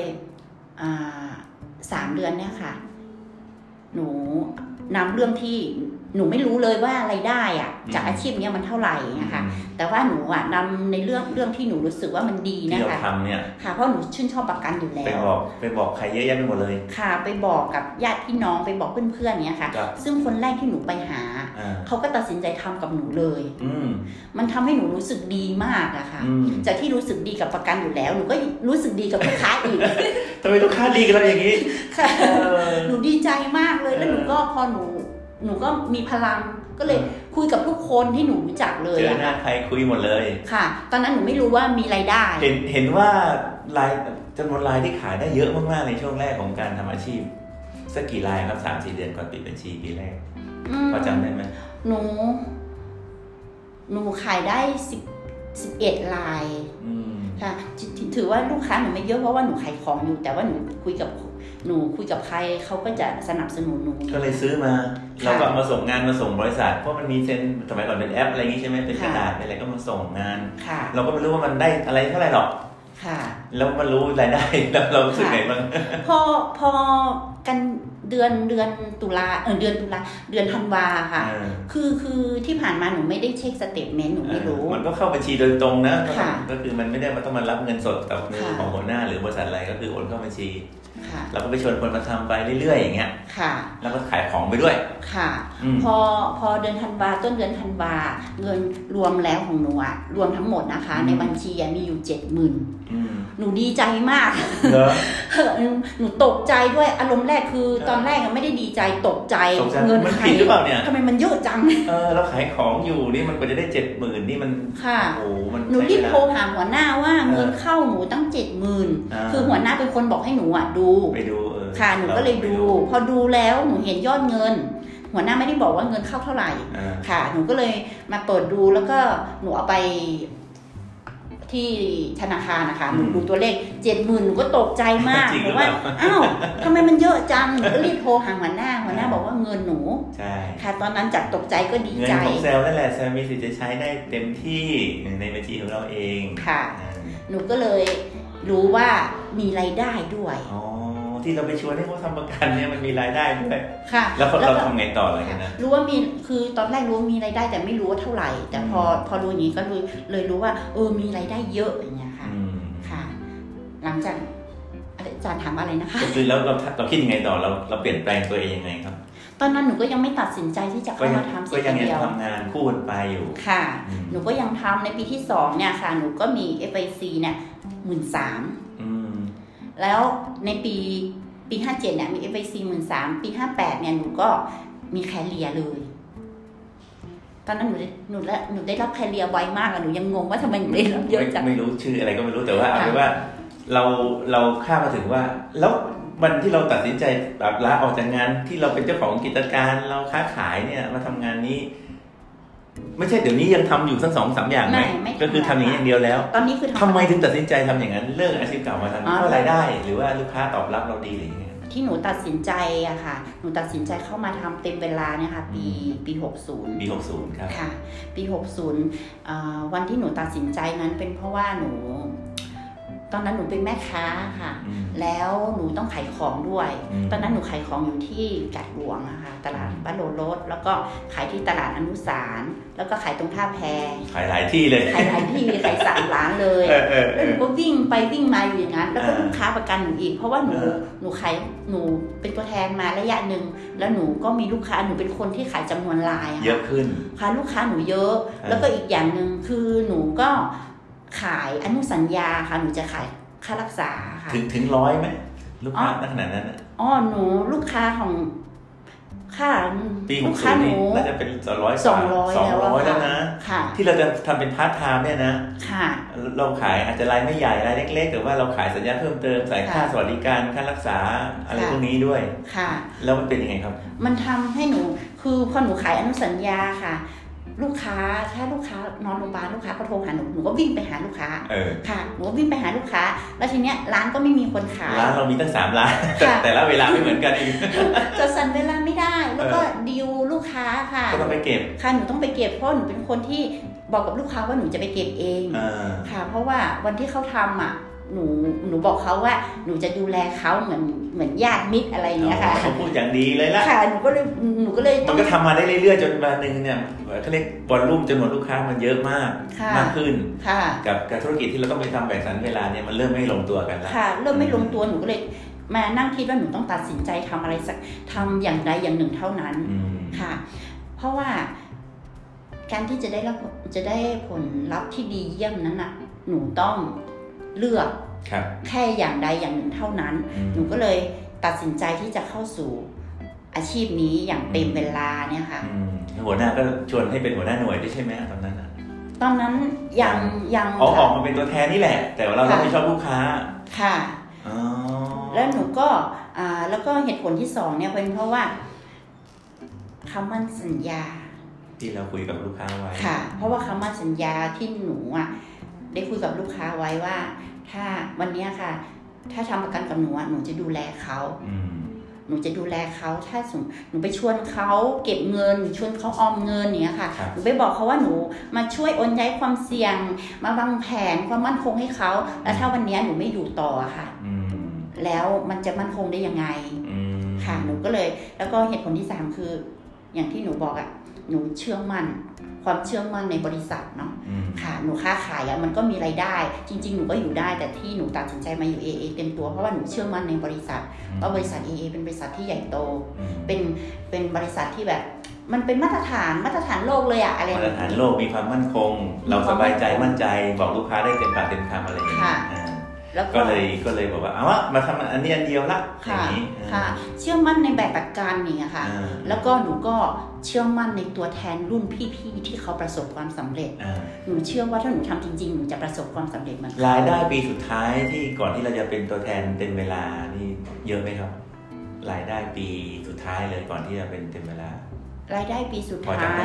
3 เดือนเนี่ยค่ะหนูนำเรื่องที่หนูไม่รู้เลยว่ารายได้อะจากอาชีพนี้มันเท่าไหร่นะคะแต่ว่าหนูนำในเรื่องที่หนูรู้สึกว่ามันดีนะคะที่เราทำเนี่ยค่ะเพราะหนูชื่นชอบประกันอยู่แล้วไปบอกใครเยอะแยะไปหมดเลยค่ะไปบอกกับญาติพี่น้องไปบอกเพื่อนๆเนี่ยค่ะซึ่งคนแรกที่หนูไปหาเขาก็ตัดสินใจทำกับหนูเลยมันทำให้หนูรู้สึกดีมากอะค่ะจากที่รู้สึกดีกับประกันอยู่แล้วหนูก็รู้สึกดีกับลูกค้าอีกทำไมลูกค้าดีกันอย่างนี้ค่ะหนูดีใจมากเลยแล้วหนูก็พอหนูก็มีพลังก็เลยคุยกับทุกคนที่หนูรู้จักเลยเจอหน้าใครคุยหมดเลยค่ะตอนนั้นหนูไม่รู้ว่ามีรายได้เห็นว่ารายจำนวนรายที่ขายได้เยอะมากๆในช่วงแรกของการทำอาชีพสักกี่รายครับ 3-4 เดือนก่อนปิดบัญชีปีแรกพอจำได้ไหมหนูขายได้11 รายค่ะถือว่าลูกค้าหนูไม่เยอะเพราะว่าหนูขายของอยู่แต่ว่าหนูคุยกับใครเขาก็จะสนับสนุนหนูก็เลยซื้อมาเราก็มาส่งงานมาส่งบริษัทเพราะมันมีเซ็นสมัยก่อนเป็นแอปอะไรอย่างงี้ใช่ไหมเป็นกระดาษเป็นอะไรก็มาส่งงานเราก็ไม่รู้ว่ามันได้อะไรเท่าไหร่หรอกแล้วมารู้รายได้แล้วเรารู้สึกไงบ้างพอกันเดือนตุลาเดือนธันวาค่ะคือที่ผ่านมาหนูไม่ได้เช็คสเตทเมนต์หนูไม่รู้มันก็เข้าบัญชีโดยตรงนะก็คือมันไม่ได้มาต้องมารับเงินสดกับมือของหัวหน้าหรือบริษัทอะไรก็คือโอนเข้าบัญชีเราก็ไปชวนคนมาทำไปเรื่อยๆอย่างเงี้ยแล้วก็ขายของไปด้วยค่ะพอเดือนธันวาต้นเดือนธันวาเงินรวมแล้วของหนูอะรวมทั้งหมดนะคะในบัญชีมีอยู่ 70,000หนูดีใจมากหนูตกใจด้วยอารมณ์แรกคือตอนแรกไม่ได้ดีใจตกใจเงินมันผิดหรือเปล่าเนี่ยทำไมมันเยอะจังเราขายของอยู่นี่มันก็จะได้ 70,000นี่มันโอ้มันหนูรีบโทรหาหัวหน้าว่าเงินเข้าหนูตั้ง 70,000คือหัวหน้าเป็นคนบอกให้หนูดูไปดูค่ะหนูก็เลยดูพอดูแล้วหนูเห็นยอดเงินหัวหน้าไม่ได้บอกว่าเงินเข้าเท่าไหร่ค่ะหนูก็เลยมาเปิดดูแล้วก็หนูเอาไปที่ธนาคารนะคะหนูดูตัวเลข 70,000หนูก็ตกใจมากหนูว่าอ้าวทำไมมันเยอะจังหนูก็รีบโทรหาหัวหน้าบอกว่าเงินหนูใช่ค่ะตอนนั้นจากตกใจก็ดีใจเงินของแซลนั่นแหละแซลมีสิทธิ์จะใช้ได้เต็มที่ในบัญชีของเราเองค่ะหนูก็เลยรู้ว่ามีรายได้ด้วยที่เราไปชวนให้เขาทำประกันเนี่ยมันมีรายได้ด้วยค่ะแล้วเราทำไงต่ออะไรกันนะรู้ว่ามีคือตอนแรกรู้ว่ามีรายได้แต่ไม่รู้ว่าเท่าไหร่แต่พอรู้อย่างนี้ก็เลยรู้ว่ามีรายได้เยอะอย่างเงี้ยค่ะค่ะหลังจากอาจารย์ถามอะไรนะคะคือแล้วเราคิดยังไงต่อเราเปลี่ยนแปลงตัวเองยังไงครับตอนนั้นหนูก็ยังไม่ตัดสินใจที่จะเข้ามาทำสิ่งเดียวก็ยังทำงานคู่กันไปอยู่ค่ะหนูก็ยังทำในปีที่2เนี่ยค่ะหนูก็มี FIC เนี่ย 13,000แล้วในปี57เนี่ยมี FIC 13,000ปี58เนี่ยหนูก็มีแคเรียเลยตอนนั้นหนูได้รับแคเรียไวมากหนูยังงงว่าทำไมหนูได้รับเยอะจังไม่รู้ชื่ออะไรก็ไม่รู้แต่ว่าเอาเป็นว่าเราข้ามมาถึงว่าแล้ววันที่เราตัดสินใจแบบลาออกจากงานที่เราเป็นเจ้าของกิจการเราค้าขายเนี่ยมาทำงานนี้ไม่ใช่เดี๋ยวนี้ยังทำอยู่ทั้ง 2-3 อย่างไหมก็คือทำอย่างเดียวแล้วตอนนี้คือทำไมถึงตัดสินใจทำอย่างนั้นเลิกอาชีพเก่ามาทำเพราะรายได้หรือว่าลูกค้าตอบรับเราดีหรือยังไงที่หนูตัดสินใจอะค่ะหนูตัดสินใจเข้ามาทำเต็มเวลาเนี่ยค่ะปี 60ครับค่ะปี60วันที่หนูตัดสินใจนั้นเป็นเพราะว่าหนูตอนนั้นหนูเป็นแม่ค้าค่ะแล้วหนูต้องขายของด้วยตอนนั้นหนูขายของอยู่ที่กาดหลวงนะคะตลาดบ้านโลรสแล้วก็ขายที่ตลาดอนุสารแล้วก็ขายตรงท่าแพขายหลายที่เลยขายหลายที่ขาย3 ร้านเลยแล้วหนูก็วิ่งไปวิ่งมาอยู่อย่างนั้นแล้วก็ลูกค้าประกันหนูอีกเพราะว่าหนูขายหนูเป็นตัวแทนมาระยะนึงแล้วหนูก็มีลูกค้าหนูเป็นคนที่ขายจำนวนรายเยอะขึ้นค่ะลูกค้าหนูเยอะแล้วก็อีกอย่างนึงคือหนูก็ขายอนุสัญญาค่ะหนูจะขายค่ารักษาค่ะถึง100ไหมลูกค้าขนาดนั้นหนูลูกค้าของค่าปี60นี่น่าจะเป็น200แล้วนะที่เราจะทำเป็นพาร์ทไทม์เนี่ยนะเราขายอาจจะรายไม่ใหญ่รายเล็กๆแต่ว่าเราขายสัญญาเพิ่มเติมใส่ค่าสวัสดิการค่ารักษาอะไรพวกนี้ด้วยแล้วมันเป็นยังไงครับมันทำให้หนูคือพอหนูขายอนุสัญญาค่ะลูกค้าถ้าลูกค้านอนโรงพยาบาลลูกค้าก็โทรหาหนูก็วิ่งไปหาลูกค้าค่ะหนูก็วิ่งไปหาลูกค้าแล้วทีเนี้ยร้านก็ไม่มีคนขายร้านเรามีตั้ง3 ร้านแต่ละเวลาไม่เหมือนกันอีกจะสั่นเวลาไม่ได้แล้วก็ดีลลูกค้าค่ะก็ต้องไปเก็บค่ะหนูต้องไปเก็บเพราะหนูเป็นคนที่บอกกับลูกค้าว่าหนูจะไปเก็บเองค่ะเพราะว่าวันที่เขาทำหนูบอกเขาว่าหนูจะดูแลเขาเหมือนญาติมิตรอะไรอย่างเงี้ยค่ะเขาพูดอย่างดีเลยล่ะค่ะหนูก็เลยมันก็ทำมาได้เรื่อยๆจนวันนึงเนี่ยเขาเรียกวอลลุ่มจำนวนลูกค้ามันเยอะมากขึ้นกับธุรกิจที่เราต้องไปทำแบ่งสรรเวลาเนี่ยมันเริ่มไม่ลงตัวกันแล้วค่ะเริ่มไม่ลงตัวหนูก็เลยมานั่งคิดว่าหนูต้องตัดสินใจทำอะไรสักทำอย่างใดอย่างหนึ่งเท่านั้นค่ะเพราะว่าการที่จะได้ผลลัพธ์ที่ดีเยี่ยมนั้นน่ะหนูต้องเลือกแค่อย่างใดอย่างหนึ่งเท่านั้นหนูก็เลยตัดสินใจที่จะเข้าสู่อาชีพนี้อย่างเต็มเวลาเนี่ยค่ะหัวหน้าก็ชวนให้เป็นหัวหน้าหน่วยด้วยใช่ไหมตอนนั้นยังออกมาเป็นตัวแทนนี่แหละแต่ว่าเราไม่ชอบลูกค้าค่ะแล้วหนูก็แล้วก็เหตุผลที่2เนี่ยเป็นเพราะว่าคำมั่นสัญญาที่เราคุยกับลูกค้าไว้ค่ะเพราะว่าคำมั่นสัญญาที่หนูได้คุยกับลูกค้าไว้ว่าถ้าวันนี้ค่ะถ้าทำประกันกับหนูหนูจะดูแลเขาหนูจะดูแลเขาถ้าหนูไปชวนเขาเก็บเงินชวนเขาออมเงินอย่างเนี้ยค่ะหนูไปบอกเขาว่าหนูมาช่วยโอนย้ายความเสี่ยงมาวางแผนความมั่นคงให้เขาแล้วถ้าวันนี้หนูไม่อยู่ต่อค่ะแล้วมันจะมั่นคงได้ยังไงค่ะหนูก็เลยแล้วก็เหตุผลที่3คืออย่างที่หนูบอกหนูเชื่อมั่นความเชื่อมั่นในบริษัทเนาะค่ะหนูค้าขายมันก็มีรายได้จริงๆหนูก็อยู่ได้แต่ที่หนูตัดสินใจมาอยู่ AA เต็มตัวเพราะว่าหนูเชื่อมั่นในบริษัทว่าบริษัท AA เป็นบริษัทที่ใหญ่โตเป็นบริษัทที่แบบมันเป็นมาตรฐานโลกเลยอะไรมาตรฐานโลกมีความมั่นคงเราสบายใจมั่นใจบอกลูกค้าได้เต็มปากเต็มคำอะไรอย่างนี้ก็เลยบอกว่าเอาวะมาทำอันนี้อันเดียวละอย่างนี้ค่ะเชื่อมั่นในแบบปฏิบัติการนี่ค่ะแล้วก็หนูก็เชื่อมั่นในตัวแทนรุ่นพี่ๆที่เขาประสบความสำเร็จหนูเชื่อว่าถ้าหนูทำจริงๆหนูจะประสบความสำเร็จเหมือนรายได้ปีสุดท้ายที่ก่อนที่เราจะเป็นตัวแทนเต็มเวลานี่เยอะไหมครับรายได้ปีสุดท้ายเลยก่อนที่จะเป็นเต็มเวลารายได้ปีสุดท้าย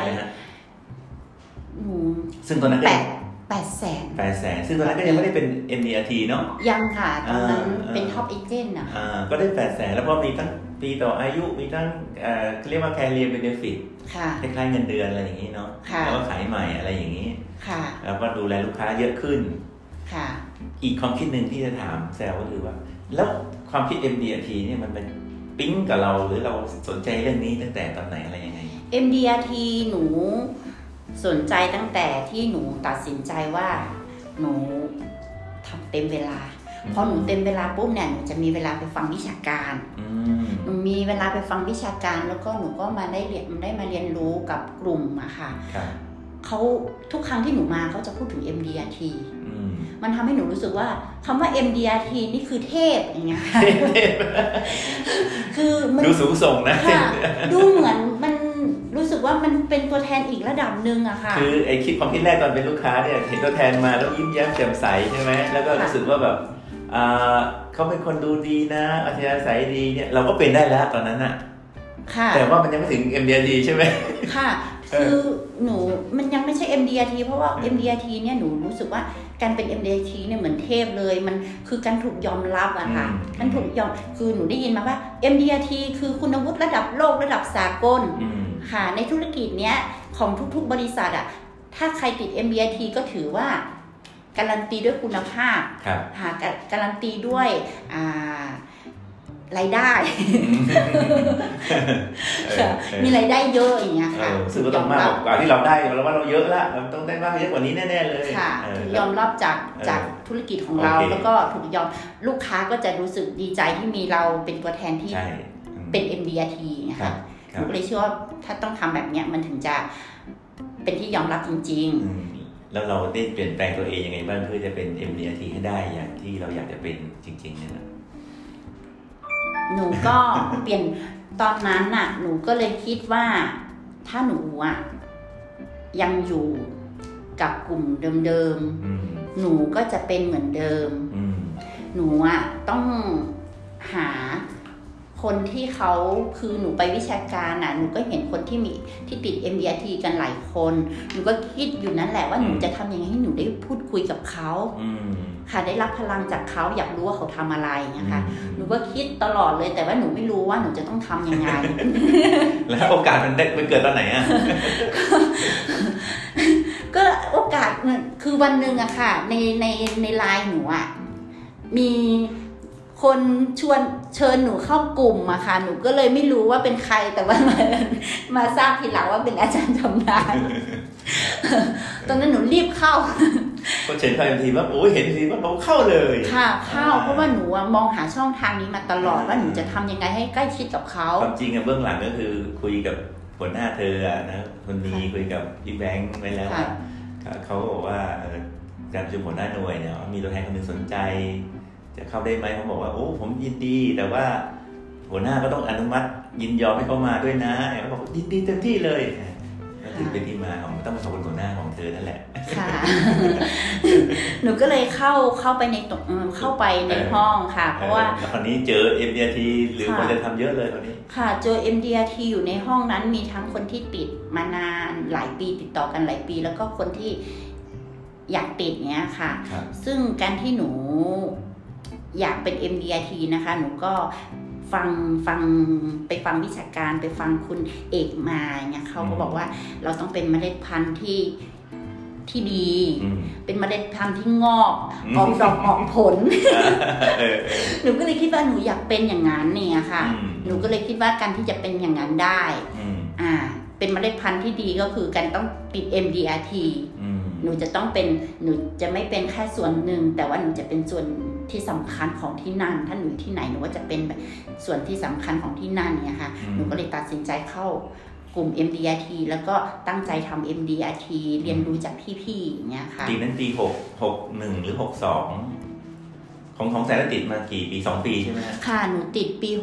ซึ่งตอนนั้น 800,000 ซึ่งตอนนั้นก็ยังไม่ได้เป็น MDRT เนาะยังค่ะตอนนั้นเป็น Top Agent ก็ได้800,000แล้วก็มีทั้งปีต่ออายุมีทั้งเรียกว่า Career Benefit คล้ายๆเงินเดือนอะไรอย่างนี้เนาะแล้วก็ขายใหม่อะไรอย่างนี้แล้วก็ดูแลลูกค้าเยอะขึ้นอีกความคิดหนึ่งที่จะถามแซวก็คือว่าแล้วความคิด MDRT เนี่ยมันเป็นปิ๊งกับเราหรือเราสนใจเรื่องนี้ตั้งแต่ตอนไหนอะไรยังไง MDRT หนูสนใจตั้งแต่ที่หนูตัดสินใจว่าหนูทำเต็มเวลาพอหนูเต็มเวลาปุ๊บเนี่ยหนูจะมีเวลาไปฟังวิชาการหนูมีเวลาไปฟังวิชาการแล้วก็หนูก็มาได้มาเรียนรู้กับกลุ่มค่ะเขาทุกครั้งที่หนูมาเขาจะพูดถึง MDRT มันทำให้หนูรู้สึกว่าคำว่า MDRT นี่คือเทพอย่างเงี้ยคือมันดูสูงส่งนะดูเหมือนมันรู้สึกว่ามันเป็นตัวแทนอีกระดับนึงอะค่ะคือไอ้คิดความคิดแรกตอนเป็นลูกค้าเนี่ยเห็นตัวแทนมาแล้วยิ้มแย้มแจ่มใสใช่ไหมแล้วก็รู้สึกว่าแบบเขาเป็นคนดูดีนะอัธยาศัยดีเนี่ยเราก็เป็นได้แล้วตอนนั้นอะแต่ว่ามันยังไม่ถึง MDRT ใช่ไหมค่ะคือหนูมันยังไม่ใช่ MDRT เพราะว่า MDRT เนี่ยหนูรู้สึกว่าการเป็น MDRT เนี่ยเหมือนเทพเลยมันคือการถูกยอมรับอะค่ะการถูกยอมคือหนูได้ยินมาว่า MDRT คือคุณวุฒิระดับโลกระดับสากลค่ะในธุรกิจเนี้ยของทุกๆบริษัทอะถ้าใครติด MDRT ก็ถือว่าการันตีด้วยคุณภาพค่ะการันตีด้วยรายได้มีรายได้เยอะอย่างเงี้ยค่ะซึ่งก็ต้องมากกว่าที่เราได้เราว่าเราเยอะละเราต้องได้มากเยอะกว่านี้แน่ๆเลยค่ะยอมรับจากธุรกิจของเราแล้วก็ถูกยอมลูกค้าก็จะรู้สึกดีใจที่มีเราเป็นตัวแทนที่เป็น MDRT นะคะหนูเลยเชื่อว่าถ้าต้องทำแบบเนี้ยมันถึงจะเป็นที่ยอมรับจริงๆแล้วเราได้เปลี่ยนแปลงตัวเองยังไงบ้างเพื่อจะเป็น MDRT ให้ได้อย่างที่เราอยากจะเป็นจริงๆเนี่ยนะหนูก็เปลี่ยนตอนนั้นน่ะหนูก็เลยคิดว่าถ้าหนูยังอยู่กับกลุ่มเดิมๆหนูก็จะเป็นเหมือนเดิมหนูต้องหาคนที่เขาคือหนูไปวิชาการน่ะหนูก็เห็นคนที่ติด MDRT กันหลายคนหนูก็คิดอยู่นั่นแหละว่าหนูจะทำยังไงให้หนูได้พูดคุยกับเขาค่ะได้รับพลังจากเขาอยากรู้ว่าเขาทำอะไรนะคะหนูก็คิดตลอดเลยแต่ว่าหนูไม่รู้ว่าหนูจะต้องทำยังไงแล้วโอกาสมันเกิดตอนไหนอ่ะก็โอกาสคือวันหนึ่งอะค่ะในไลน์หนูอะมีคนเชิญหนูเข้ากลุ่มอะค่ะหนูก็เลยไม่รู้ว่าเป็นใครแต่ว่ามาทราบทีหลังว่าเป็นอาจารย์ชำนาญ ตอนนั้นหนูรีบเข้าก็เชิญเข้าทีว่าโอ้ยเห็นทีว่าเราเข้าเลยค่ะเข้าเพราะว่าหนูมองหาช่องทางนี้มาตลอดว่าหนูจะทำยังไงให้ใกล้ชิดกับเขาความจริงอะเบื้องหลังก็คือคุยกับหัวหน้าเธอนะคนนี้คุยกับพี่แบงค์ไว้แล้วเขาบอกว่าการประชุมหัวหน้าหน่วยเนี่ยมีตัวแทนคนหนึ่งสนใจจะเข้าได้ไหมผมบอกว่าโอ้ผมยินดีแต่ว่าหัวหน้าก็ต้องอนุมัติยินยอมให้เขามาด้วยนะเขาบอกยินดีเต็มที่เลยนั่นถึงเป็นที่มาของต้องมาขอบคุณหัวหน้าของเธอนั่นแหละค่ะหนูก็เลยเข้าไปในห้องค่ะเพราะว่าคราวนี้เจอ MDRT หรือคนจะทำเยอะเลยคราวนี้ค่ะเจอ MDRT อยู่ในห้องนั้นมีทั้งคนที่ติดมานานหลายปีติดต่อกันหลายปีแล้วก็คนที่อยากติดเนี้ยค่ะซึ่งการที่หนูอยากเป็น MDRT นะคะหนูก็ไปฟังวิชาการไปฟังคุณเอกมาเนี่ยเขาก็บอกว่าเราต้องเป็นเมล็ดพันธุ์ที่ดีเป็นเมล็ดพันธุ์ที่งอกออกดอกออกผล หนูก็เลยคิดว่าหนูอยากเป็นอย่างนั้นเนี่ยค่ะหนูก็เลยคิดว่าการที่จะเป็นอย่างนั้นได้เป็นเมล็ดพันธุ์ที่ดีก็คือการต้องติด MDRT หนูจะไม่เป็นแค่ส่วนหนึ่งแต่ว่าหนูจะเป็นส่วนที่สำคัญของที่นั่นถ้าหนูอยู่ที่ไหนหนูก็จะเป็นแบบส่วนที่สำคัญของที่นั่นเนี่ยค่ะหนูก็เลยตัดสินใจเข้ากลุ่ม MDRT แล้วก็ตั้งใจทำ MDRT เรียนรู้จากพี่ๆอย่างเงี้ยค่ะปีนั้นปี61หรือ62ของแสนติดมากี่ปี2ปีใช่ไหมค่ะหนูติดปี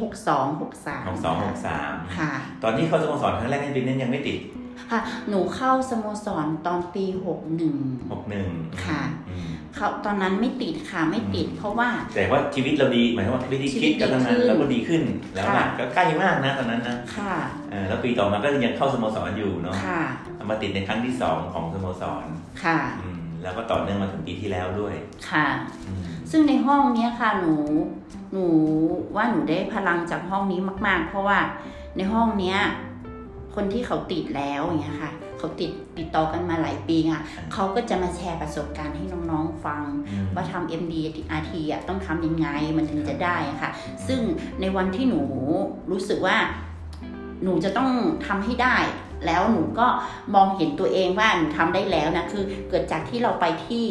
62-63ค่ะตอนที่เข้าสโมสรครั้งแรกในปีนั้นยังไม่ติดค่ะหนูเข้าสโมสรตอนปี61ค่ะเขาตอนนั้นไม่ติดค่ะไม่ติดเพราะว่าแต่ว่าชีวิตเราดีหมายความว่าวิธีคิดการทำงานเราก็ดีขึ้นแล้วก็ใกล้มากนะตอนนั้นนะค่ะแล้วปีต่อมาก็ยังเข้าสโมสรอยู่เนาะมาติดในครั้งที่2ของสโมสรค่ะแล้วก็ต่อเนื่องมาถึงปีที่แล้วด้วยค่ะซึ่งในห้องนี้ค่ะหนูว่าหนูได้พลังจากห้องนี้มากๆเพราะว่าในห้องนี้คนที่เขาติดแล้วอย่างเงี้ยค่ะเขาติดต่อกันมาหลายปีค่ะเขาก็จะมาแชร์ประสบการณ์ให้น้องๆฟังว่าทำ MDRT ต้องทำยังไงมันถึงจะได้ค่ะซึ่งในวันที่หนูรู้สึกว่าหนูจะต้องทำให้ได้แล้วหนูก็มองเห็นตัวเองว่าหนูทำได้แล้วนะคือเกิดจากที่เราไปที่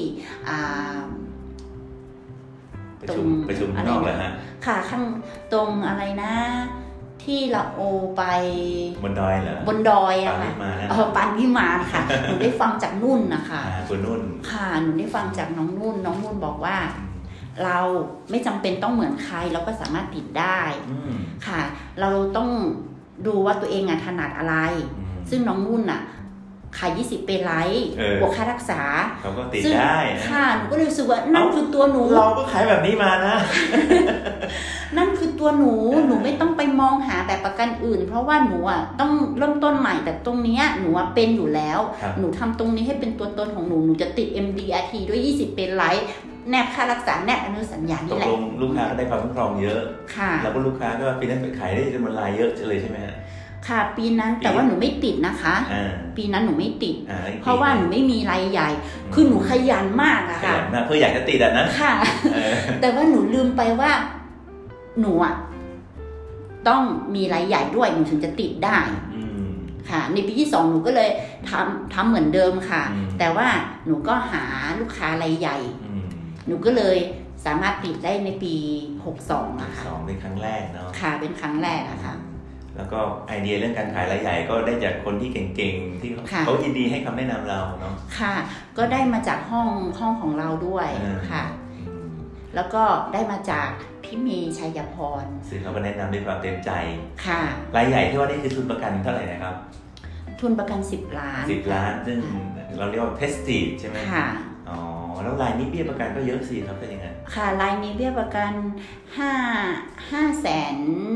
ประชุมนอกเหรอฮะค่ะข้างตรงอะไรนะที่เราโอไปบนดอยเหรอบนดอยอะค่ะปานพิมานค่ะหนูได้ฟังจากนุ่นนะคะคุณนุ่นค่ะหนูได้ฟังจากน้องนุ่นบอกว่าเราไม่จำเป็นต้องเหมือนใครเราก็สามารถติดได้ค่ะเราต้องดูว่าตัวเองถนัดอะไรซึ่งน้องนุ่นขาย20เป็นไลท์บวกค่ารักษาเขาก็ติดได้ค่ะหนูก็เลยรู้สึกว่านั่นคือตัวหนูเราก็ขายแบบนี้มานะนั่นคือตัวหนูไม่ต้องไปมองหาแบบประกันอื่นเพราะว่าหนูต้องเริ่มต้นใหม่แต่ตรงนี้หนูเป็นอยู่แล้วหนูทำตรงนี้ให้เป็นตัวตนของหนูจะติด MDRT ด้วย20เป็นไลท์แนบค่ารักษาแนบอนุสัญญานี่แหละลูกค้าก็ได้ความคุ้มครองเยอะค่ะแล้วก็ลูกค้าก็ปีนั้นขายได้จำนวนรายเยอะเลยใช่ไหมค่ะปีนั้นแต่ว่าหนูไม่ติดนะคะปีนั้นหนูไม่ติดเพราะว่าหนูไม่มีรายใหญ่คือหนูขยันมากอะค่ะเพื่ออยากจะติดนะค่ะแต่ว่าหนูลืมไปว่าหนูต้องมีรายใหญ่ด้วยหนูถึงจะติดได้ค่ะในปีที่2หนูก็เลยทำเหมือนเดิมค่ะแต่ว่าหนูก็หาลูกค้ารายใหญ่หนูก็เลยสามารถติดได้ในปี62อะค่ะเป็นครั้งแรกเนาะค่ะเป็นครั้งแรกอะค่ะแล้วก็ไอเดียเรื่องการขายรายใหญ่ก็ได้จากคนที่เก่งๆที่เขายินดีให้คำแนะนำเราเนาะค่ะก็ได้มาจากห้องของเราด้วยค่ะแล้วก็ได้มาจากพี่เมย์ชัยพรซึ่งเขาก็แนะนำด้วยความเต็มใจค่ะรายใหญ่ที่ว่านี่คือทุนประกันเท่าไหร่นะครับทุนประกัน10 ล้าน 10 ล้านซึ่งเราเรียกว่าเพสติใช่ไหมค่ะอ๋อแล้วรายนี้เบี้ยประกันก็เยอะสิครับเป็นยังไงค่ะรายนี้เบี้ยประกัน5 แสน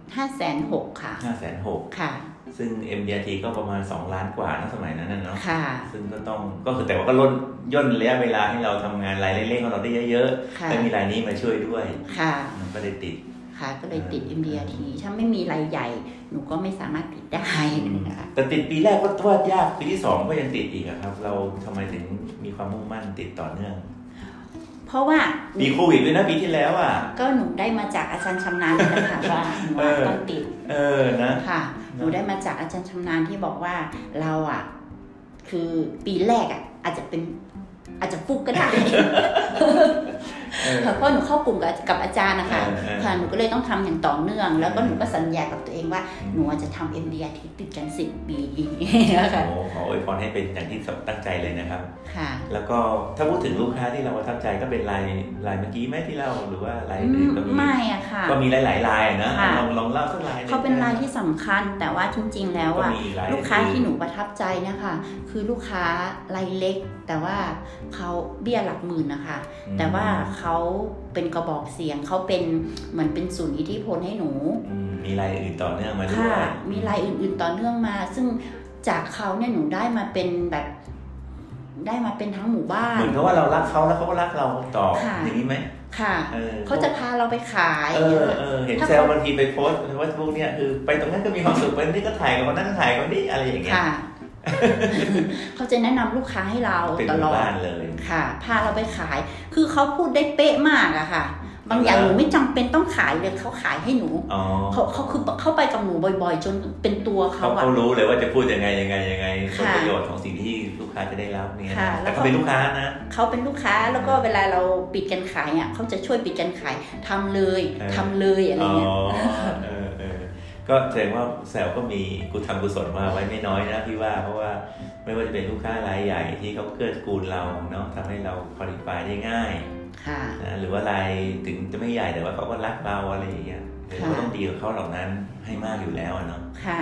560,000ค่ะ 560,000 ค่ะซึ่ง MDRT ก็ประมาณ2 ล้านกว่านะสมัยนั้นเนาะค่ะซึ่งก็คือแต่ว่าก็ย่นระยะเวลาให้เราทำงานรายเล็กๆของเราได้เยอะๆแล้วมีรายนี้มาช่วยด้วยค่ะมันก็เลยติดค่ะก็เลยติด MDRT ถ้าไม่มีรายใหญ่หนูก็ไม่สามารถติดได้นะคะแต่ติดปีแรกก็ทอดยากปีที่2ก็ยังติดอีกครับเราทำไมถึงมีความมุ่งมั่นติดต่อเนื่องเพราะว่ามีโควิดด้วยนะปีที่แล้วก็หนูได้มาจากอาจารย์ชำนาญนะคะว่าหนูต้องติดนะค่ะหนูได้มาจากอาจารย์ชำนาญที่บอกว่าเราคือปีแรกอาจจะฟุกก็ได้เพราะหนูเข้ากลุ่มกับอาจารย์นะคะค่ะหนูก็เลยต้องทำอย่างต่อเนื่องแล้วก็หนูก็สัญญากับตัวเองว่าหนูจะทำ MDRT ติดกัน10 ปีค่ะขออวยพรให้เป็นอย่างที่ตั้งใจเลยนะครับค่ะแล้วก็ถ้าพูดถึงลูกค้าที่เราประทับใจก็เป็นลายเมื่อกี้ไหมที่เราหรือว่าลายอื่นก็มีไม่ค่ะก็มีหลายๆลายนะลองเล่าสักลายเขาเป็นลายที่สำคัญแต่ว่าจริงๆแล้วลูกค้าที่หนูประทับใจนะคะคือลูกค้ารายเล็กแต่ว่าเขาเบี้ยหลักหมื่นนะคะแต่ว่าเขาเป็นกระบอกเสียงเขาเป็นเหมือนเป็นศูนย์อิทธิพลให้หนูมีรายอื่นต่อเนื่องมาด้วยมีรายอื่นๆต่อเนื่องมาซึ่งจากเขาเนี่ยหนูได้มาเป็นแบบได้มาเป็นทั้งหมู่บ้านเหมือนกับว่าเรารักเขาแล้วเขาก็รักเราต่ออย่างนี้ไหมค่ะเขาจะพาเราไปขายเห็นแซลบางทีไปโพสต์ว่าพวกเนี้ยคือไปตรงนั้นก็มีความสุขไปนี่ก็ถ่ายกับคนนั้นถ่ายกับนี่อะไรอย่างเงี้ยเขาจะแนะนำลูกค้าให้เราตลอดเลยค่ะพาเราไปขายคือเขาพูดได้เป๊ะมากอะค่ะบางอย่างหนูไม่จำเป็นต้องขายเลยเขาขายให้หนูเขาคือเข้าไปกับหนูบ่อยๆจนเป็นตัวเขารู้เลยว่าจะพูดยังไงผลประโยชน์ของสิ่งที่ลูกค้าจะได้รับเนี่ยแต่เขาเป็นลูกค้านะเขาเป็นลูกค้าแล้วก็เวลาเราปิดการขายเขาจะช่วยปิดการขายทำเลยอะไรเงี้ยก็แสดงว่าแซลก็มีกุศลมาไว้ไม่น้อยนะพี่ว่าเพราะว่าไม่ว่าจะเป็นลูกค้ารายใหญ่ที่เขาเกื้อกูลเราเนาะทำให้เราควอลิฟายได้ง่ายนะหรือว่ารายถึงจะไม่ใหญ่แต่ว่าเขาก็รักเราอะไรอย่างเงี้ยเราต้องดีกับเขาเหล่านั้นให้มากอยู่แล้วเนาะค่ะ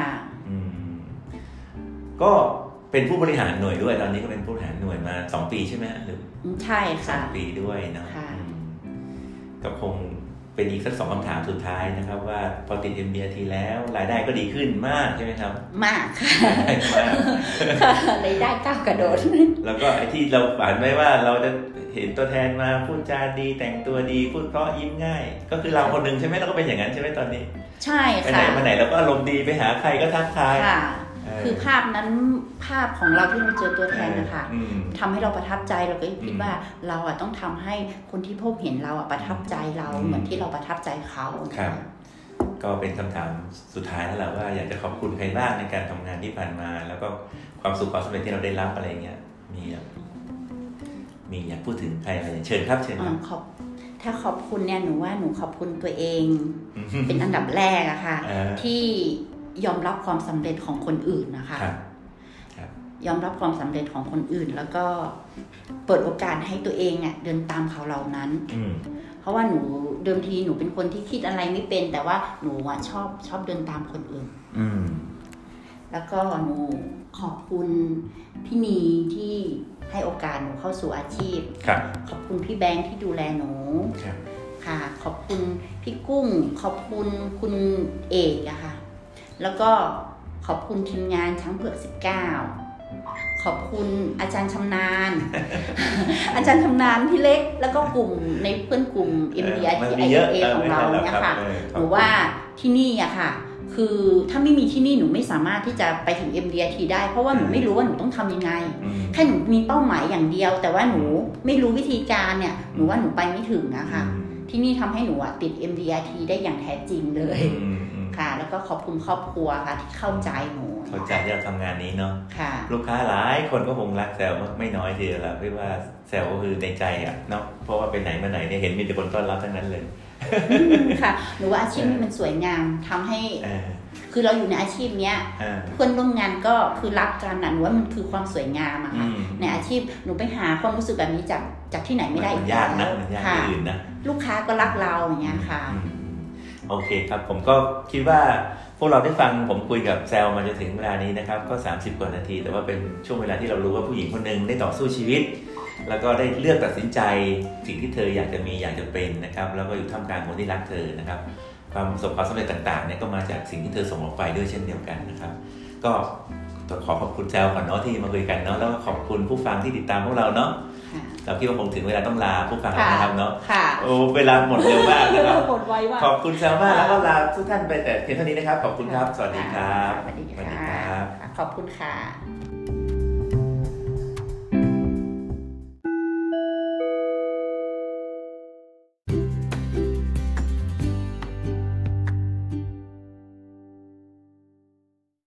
ก็เป็นผู้บริหารหน่วยด้วยตอนนี้ก็เป็นผู้บริหารหน่วยมา2 ปีใช่ไหมหรือใช่ค่ะ 2 ปีด้วยเนาะก็คงเป็นอีกสัก2 คำถามสุดท้ายนะครับว่าพอติด MDRT แล้วรายได้ก็ดีขึ้นมากใช่ไหมครับมากค่ะรายได้ก้าวกระโดดแล้วก็ไอ้ที่เราฝันไว้ว่าเราจะเห็นตัวแทนมาพูดจาดีแต่งตัวดีพูดเพราะยิ้มง่ายก็คือเราคนหนึ่งใช่ไหมเราก็เป็นอย่างนั้นใช่ไหมตอนนี้ใช่ค่ะไปไหนมาไหนเราก็อารมณ์ดีไปหาใครก็ทักทายคือภาพนั้นภาพของเราที่เราเจอตัวแทนนะคะทำให้เราประทับใจเราก็คิดว่าเราต้องทำให้คนที่พบเห็นเราประทับใจเราเหมือนที่เราประทับใจเขาครับก็เป็นคำถามสุดท้ายแล้วแหละว่าอยากจะขอบคุณใครบ้างในการทำงานที่ผ่านมาแล้วก็ความสุขความสำเร็จที่เราได้รับอะไรเงี้ยมีอยากพูดถึงใครอะไรเชิญครับถ้าขอบคุณเนี่ยหนูว่าหนูขอบคุณตัวเองเป็นอันดับแรกอะค่ะที่ยอมรับความสำเร็จของคนอื่นนะคะยอมรับความสำเร็จของคนอื่นแล้วก็เปิดโอกาสให้ตัวเองเดินตามเขาเหล่านั้นเพราะว่าหนูเดิมทีหนูเป็นคนที่คิดอะไรไม่เป็นแต่ว่าหนูชอบเดินตามคนอื่นแล้วก็หนูขอบคุณพี่นีที่ให้โอกาสหนูเข้าสู่อาชีพขอบคุณพี่แบงค์ที่ดูแลหนูค่ะขอบคุณพี่กุ้งขอบคุณคุณเอกอะค่ะแล้วก็ขอบคุณทีมงานช้างเผือก19ขอบคุณอาจารย์ชำนาญ อาจารย์ชำนาญพี่เล็กแล้วก็กลุ่มในเพื่อนกลุ่ม MDRT IFA ของเราเนี่ยค่ะหนูว่าที่นี่อะค่ะคือถ้าไม่มีที่นี่หนูไม่สามารถที่จะไปถึง MDRT ได้เพราะว่าหนูไม่รู้ว่าหนูต้องทำยังไงแค่หนูมีเป้าหมายอย่างเดียวแต่ว่าหนูไม่รู้วิธีการเนี่ยหนูว่าหนูไปไม่ถึงนะคะที่นี่ทำให้หนูติด MDRT ได้อย่างแท้จริงเลยค่ะแล้วก็ขอบคุณครอบครัวค่ะที่เข้าใจหนูเข้าใจที่เราทำงานนี้เนาะลูกค้าหลายคนก็คงรักแซลไม่น้อยทีเดียวละเพราะว่าแซลก็คือในใจเนาะเพราะว่าไปไหนมาไหนเนี่ยเห็นมีแต่คนต้อนรับทั้งนั้นเลยค่ะหนูว่าอาชีพนี้มันสวยงามทำให้คือเราอยู่ในอาชีพเนี้ยเพื่อนร่วมงานก็คือรักกันหนูว่ามันคือความสวยงามอะค่ะในอาชีพหนูไปหาความรู้สึกแบบนี้จากที่ไหนไม่ได้ยากนะมันยากที่อื่นนะลูกค้าก็รักเราอย่างเงี้ยค่ะโอเคครับผมก็คิดว่าพวกเราได้ฟังผมคุยกับแซลมาจนถึงเวลานี้นะครับก็30 กว่านาทีแต่ว่าเป็นช่วงเวลาที่เรารู้ว่าผู้หญิงคนหนึ่งได้ต่อสู้ชีวิตแล้วก็ได้เลือกตัดสินใจสิ่งที่เธออยากจะมีอยากจะเป็นนะครับแล้วก็อยู่ท่ามกลางคนที่รักเธอนะครับความประสบความสำเร็จต่างๆเนี่ยก็มาจากสิ่งที่เธอส่งออกไปด้วยเช่นเดียวกันนะครับก็ขอขอบคุณแซวก่อนเนาะที่มาคุยกันเนาะแล้วก็ขอบคุณผู้ฟังที่ติดตามพวกเราเนาะเราคิดว่าคงถึงเวลาต้องลาผู้ฟังแล้วนะครับเนาะโอ้เวลาหมดเร็วมากนะครับขอบคุณแซวมากแล้วก็ลาทุกท่านไปแต่เพียงเท่านี้นะครับขอบคุณครับสวัสดีครับสวัสดีครับขอบคุณค่ะ